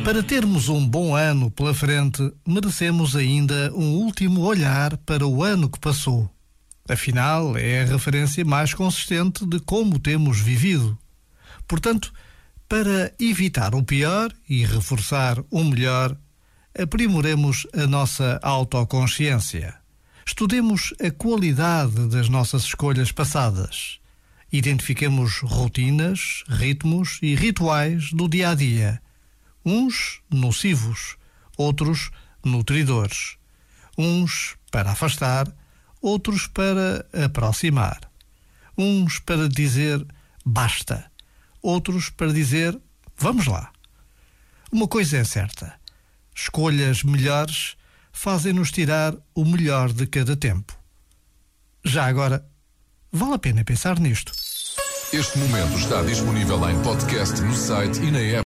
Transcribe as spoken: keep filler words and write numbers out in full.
Para termos um bom ano pela frente, merecemos ainda um último olhar para o ano que passou. Afinal, é a referência mais consistente de como temos vivido. Portanto, para evitar o pior e reforçar o melhor, aprimoremos a nossa autoconsciência. Estudemos a qualidade das nossas escolhas passadas. Identifiquemos rotinas, ritmos e rituais do dia a dia. Uns nocivos, outros nutridores. Uns para afastar, outros para aproximar. Uns para dizer basta, outros para dizer vamos lá. Uma coisa é certa: escolhas melhores fazem-nos tirar o melhor de cada tempo. Já agora, vale a pena pensar nisto. Este momento está disponível em podcast no site e na app.